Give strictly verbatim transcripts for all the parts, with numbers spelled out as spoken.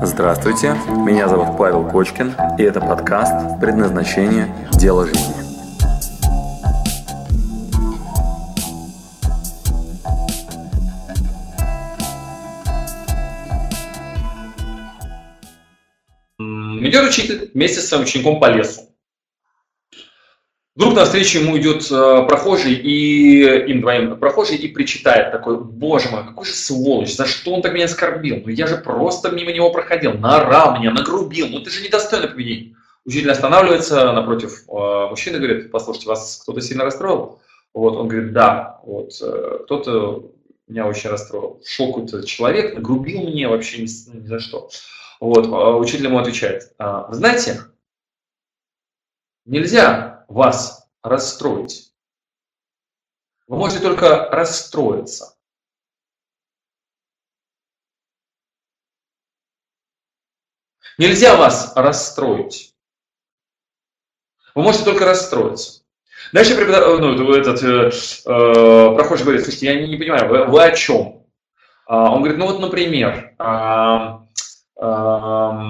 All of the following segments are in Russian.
Здравствуйте, меня зовут Павел Кочкин, и это подкаст «Предназначение. Дело жизни». Идет учитель вместе с своим учеником по лесу. Вдруг навстречу ему идет э, прохожий, и им двоим прохожий, и причитает такой: «Боже мой, какой же сволочь, за что он так меня оскорбил? Ну я же просто мимо него проходил, наорал меня, нагрубил, ну это же недостойно поведения». Учитель останавливается напротив э, мужчины и говорит: «Послушайте, вас кто-то сильно расстроил?» Вот, он говорит: «Да, вот, э, кто-то меня очень расстроил. Шел какой-то человек, нагрубил мне вообще ни, ни за что». Вот, э, учитель ему отвечает: «Вы знаете, нельзя вас расстроить. Вы можете только расстроиться. Нельзя вас расстроить. Вы можете только расстроиться». Дальше преподав... ну, этот э, э, прохожий говорит: «Слушайте, я не, не понимаю, вы, вы о чем?» А, он говорит: «Ну вот, например, а, а,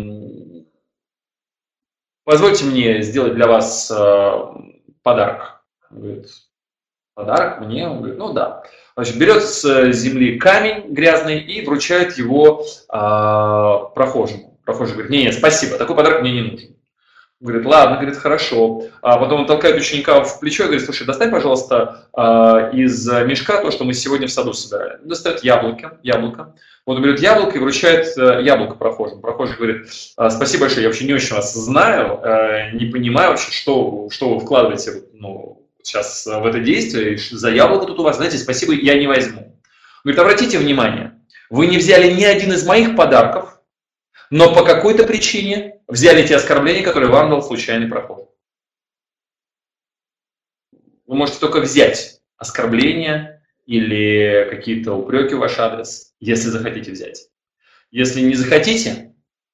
позвольте мне сделать для вас э, подарок». Он говорит: «Подарок мне?» Он говорит: «Ну да». Значит, берет с земли камень грязный и вручает его э, прохожему. Прохожий говорит: «Не, не, спасибо, такой подарок мне не нужен». Он говорит: «Ладно», говорит, «хорошо». А потом он толкает ученика в плечо и говорит: «Слушай, достань, пожалуйста, э, из мешка то, что мы сегодня в саду собирали». Достает яблоко, яблоко. Он берет яблоко и вручает яблоко прохожему. Прохожий говорит: «Спасибо большое, я вообще не очень вас знаю, не понимаю вообще, что, что вы вкладываете ну, сейчас в это действие, за яблоко тут у вас, знаете, спасибо, я не возьму». Он говорит: «Обратите внимание, вы не взяли ни один из моих подарков, но по какой-то причине взяли те оскорбления, которые вам дал случайный прохожий. Вы можете только взять оскорбления или какие-то упреки в ваш адрес, если захотите взять. Если не захотите,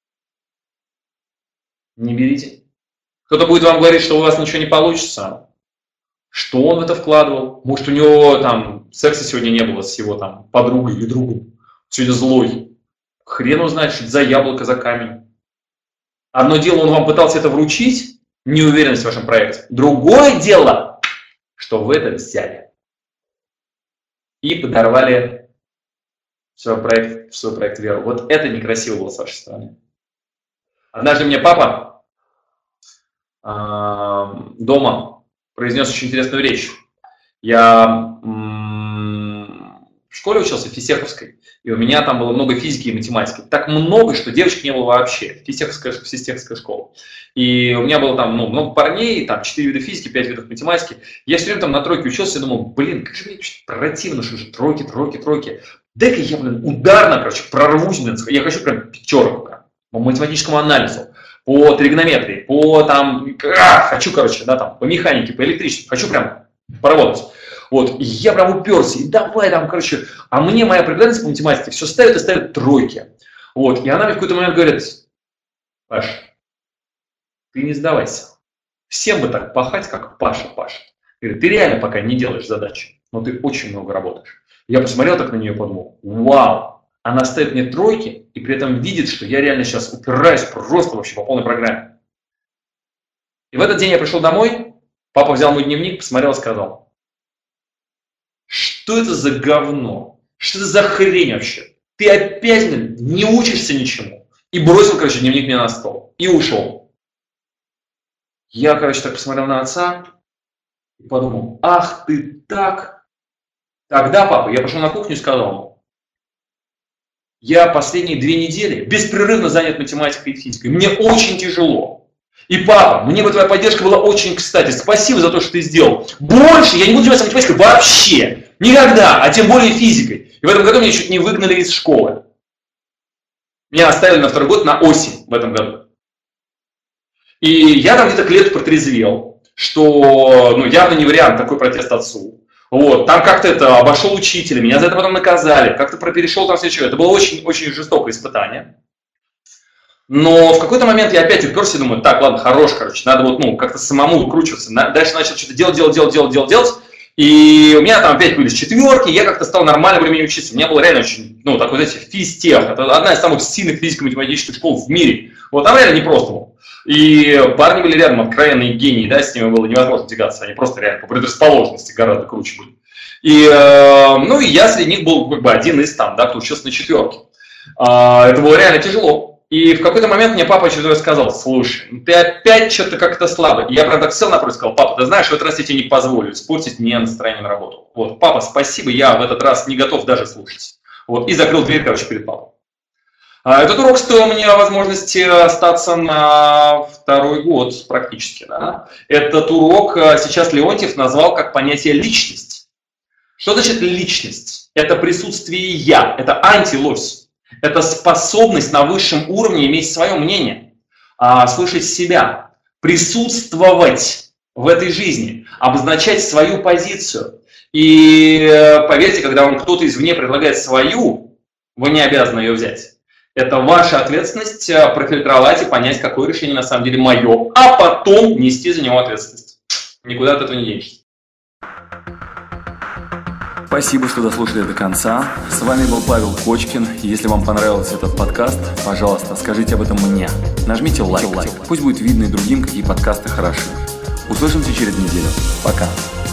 не берите». Кто-то будет вам говорить, что у вас ничего не получится. Что он в это вкладывал? Может, у него там секса сегодня не было с его там подругой или другом. Сегодня злой. Хрен узнает, что это за яблоко, за камень. Одно дело, он вам пытался это вручить, неуверенность в вашем проекте. Другое дело, что вы это взяли и подорвали в свой проект, в свой проект веру. Вот это некрасиво было с вашей стороны. Однажды мне папа э, дома произнес очень интересную речь. Я м- в школе учился, в Физтеховской, и у меня там было много физики и математики. Так много, что девочек не было вообще. Физтеховская, физтеховская школа. И у меня было там ну, много парней, там четыре вида физики, пять видов математики. Я все время там на тройке учился и думал: блин, как же мне противно, что же тройки, тройки, тройки. Дай-ка я, блин, ударно, короче, прорвусь, блин, я хочу прям пятерку прям, по математическому анализу, по тригонометрии, по там, а, хочу, короче, да, там, по механике, по электричеству, хочу прям поработать. Вот, и я прям уперся, и давай там, короче, а мне моя преподавательница по математике все ставит и ставит тройки. Вот, и она мне в какой-то момент говорит: «Паш, ты не сдавайся. Всем бы так пахать, как Паша, Паша. Говорит, ты реально пока не делаешь задачи, но ты очень много работаешь». Я посмотрел так на нее и подумал: вау, она ставит мне тройки и при этом видит, что я реально сейчас упираюсь просто вообще по полной программе. И в этот день я пришел домой, папа взял мой дневник, посмотрел и сказал: «Что это за говно? Что это за хрень вообще? Ты опять не учишься ничему». И бросил, короче, дневник мне на стол. И ушел. Я, короче, так посмотрел на отца и подумал: ах ты так. Тогда, папа, я пошел на кухню и сказал ему: я последние две недели беспрерывно занят математикой и физикой. Мне очень тяжело. И, папа, мне бы твоя поддержка была очень кстати. Спасибо за то, что ты сделал. Больше я не буду заниматься математикой вообще. Никогда. А тем более физикой. И в этом году меня чуть не выгнали из школы. Меня оставили на второй год на осень в этом году. И я там где-то к лету протрезвел, что ну, явно не вариант такой протест отцу. Вот, там как-то это обошел учителя, меня за это потом наказали, как-то перешел там все что. Это было очень-очень жестокое испытание. Но в какой-то момент я опять уперся и думаю: так, ладно, хорош, короче, надо вот, ну, как-то самому выкручиваться. Дальше начал что-то делать, делать, делать, делать, делать, делать. И у меня там опять были четверки, я как-то стал нормально более-менее учиться. У меня было реально очень, ну, такой, знаете, физтех. Это одна из самых сильных физико-математических школ в мире. Вот там реально непросто было. И парни были рядом, откровенные гении, да, с ними было невозможно тягаться. Они просто реально по предрасположенности гораздо круче были. И, э, ну, и я среди них был как бы один из там, да, кто учился на четверке. Э, это было реально тяжело. И в какой-то момент мне папа очередной сказал: слушай, ты опять что-то как-то слабый. И я прям так сел напротив и сказал: папа, ты знаешь, в этот раз я тебе не позволю испортить мне настроение на работу. Вот, папа, спасибо, я в этот раз не готов даже слушать. Вот, и закрыл дверь, короче, перед папой. Этот урок стоил мне возможности остаться на второй год практически. Да? Этот урок сейчас Леонтьев назвал как понятие личность. Что значит личность? Это присутствие я, это антилось. Это способность на высшем уровне иметь свое мнение, слышать себя, присутствовать в этой жизни, обозначать свою позицию. И поверьте, когда вам кто-то извне предлагает свою, вы не обязаны ее взять. Это ваша ответственность профильтровать и понять, какое решение на самом деле мое, а потом нести за него ответственность. Никуда от этого не денешься. Спасибо, что дослушали до конца. С вами был Павел Кочкин. Если вам понравился этот подкаст, пожалуйста, скажите об этом мне. Нажмите лайк. Пусть будет видно и другим, какие подкасты хороши. Услышимся через неделю. Пока.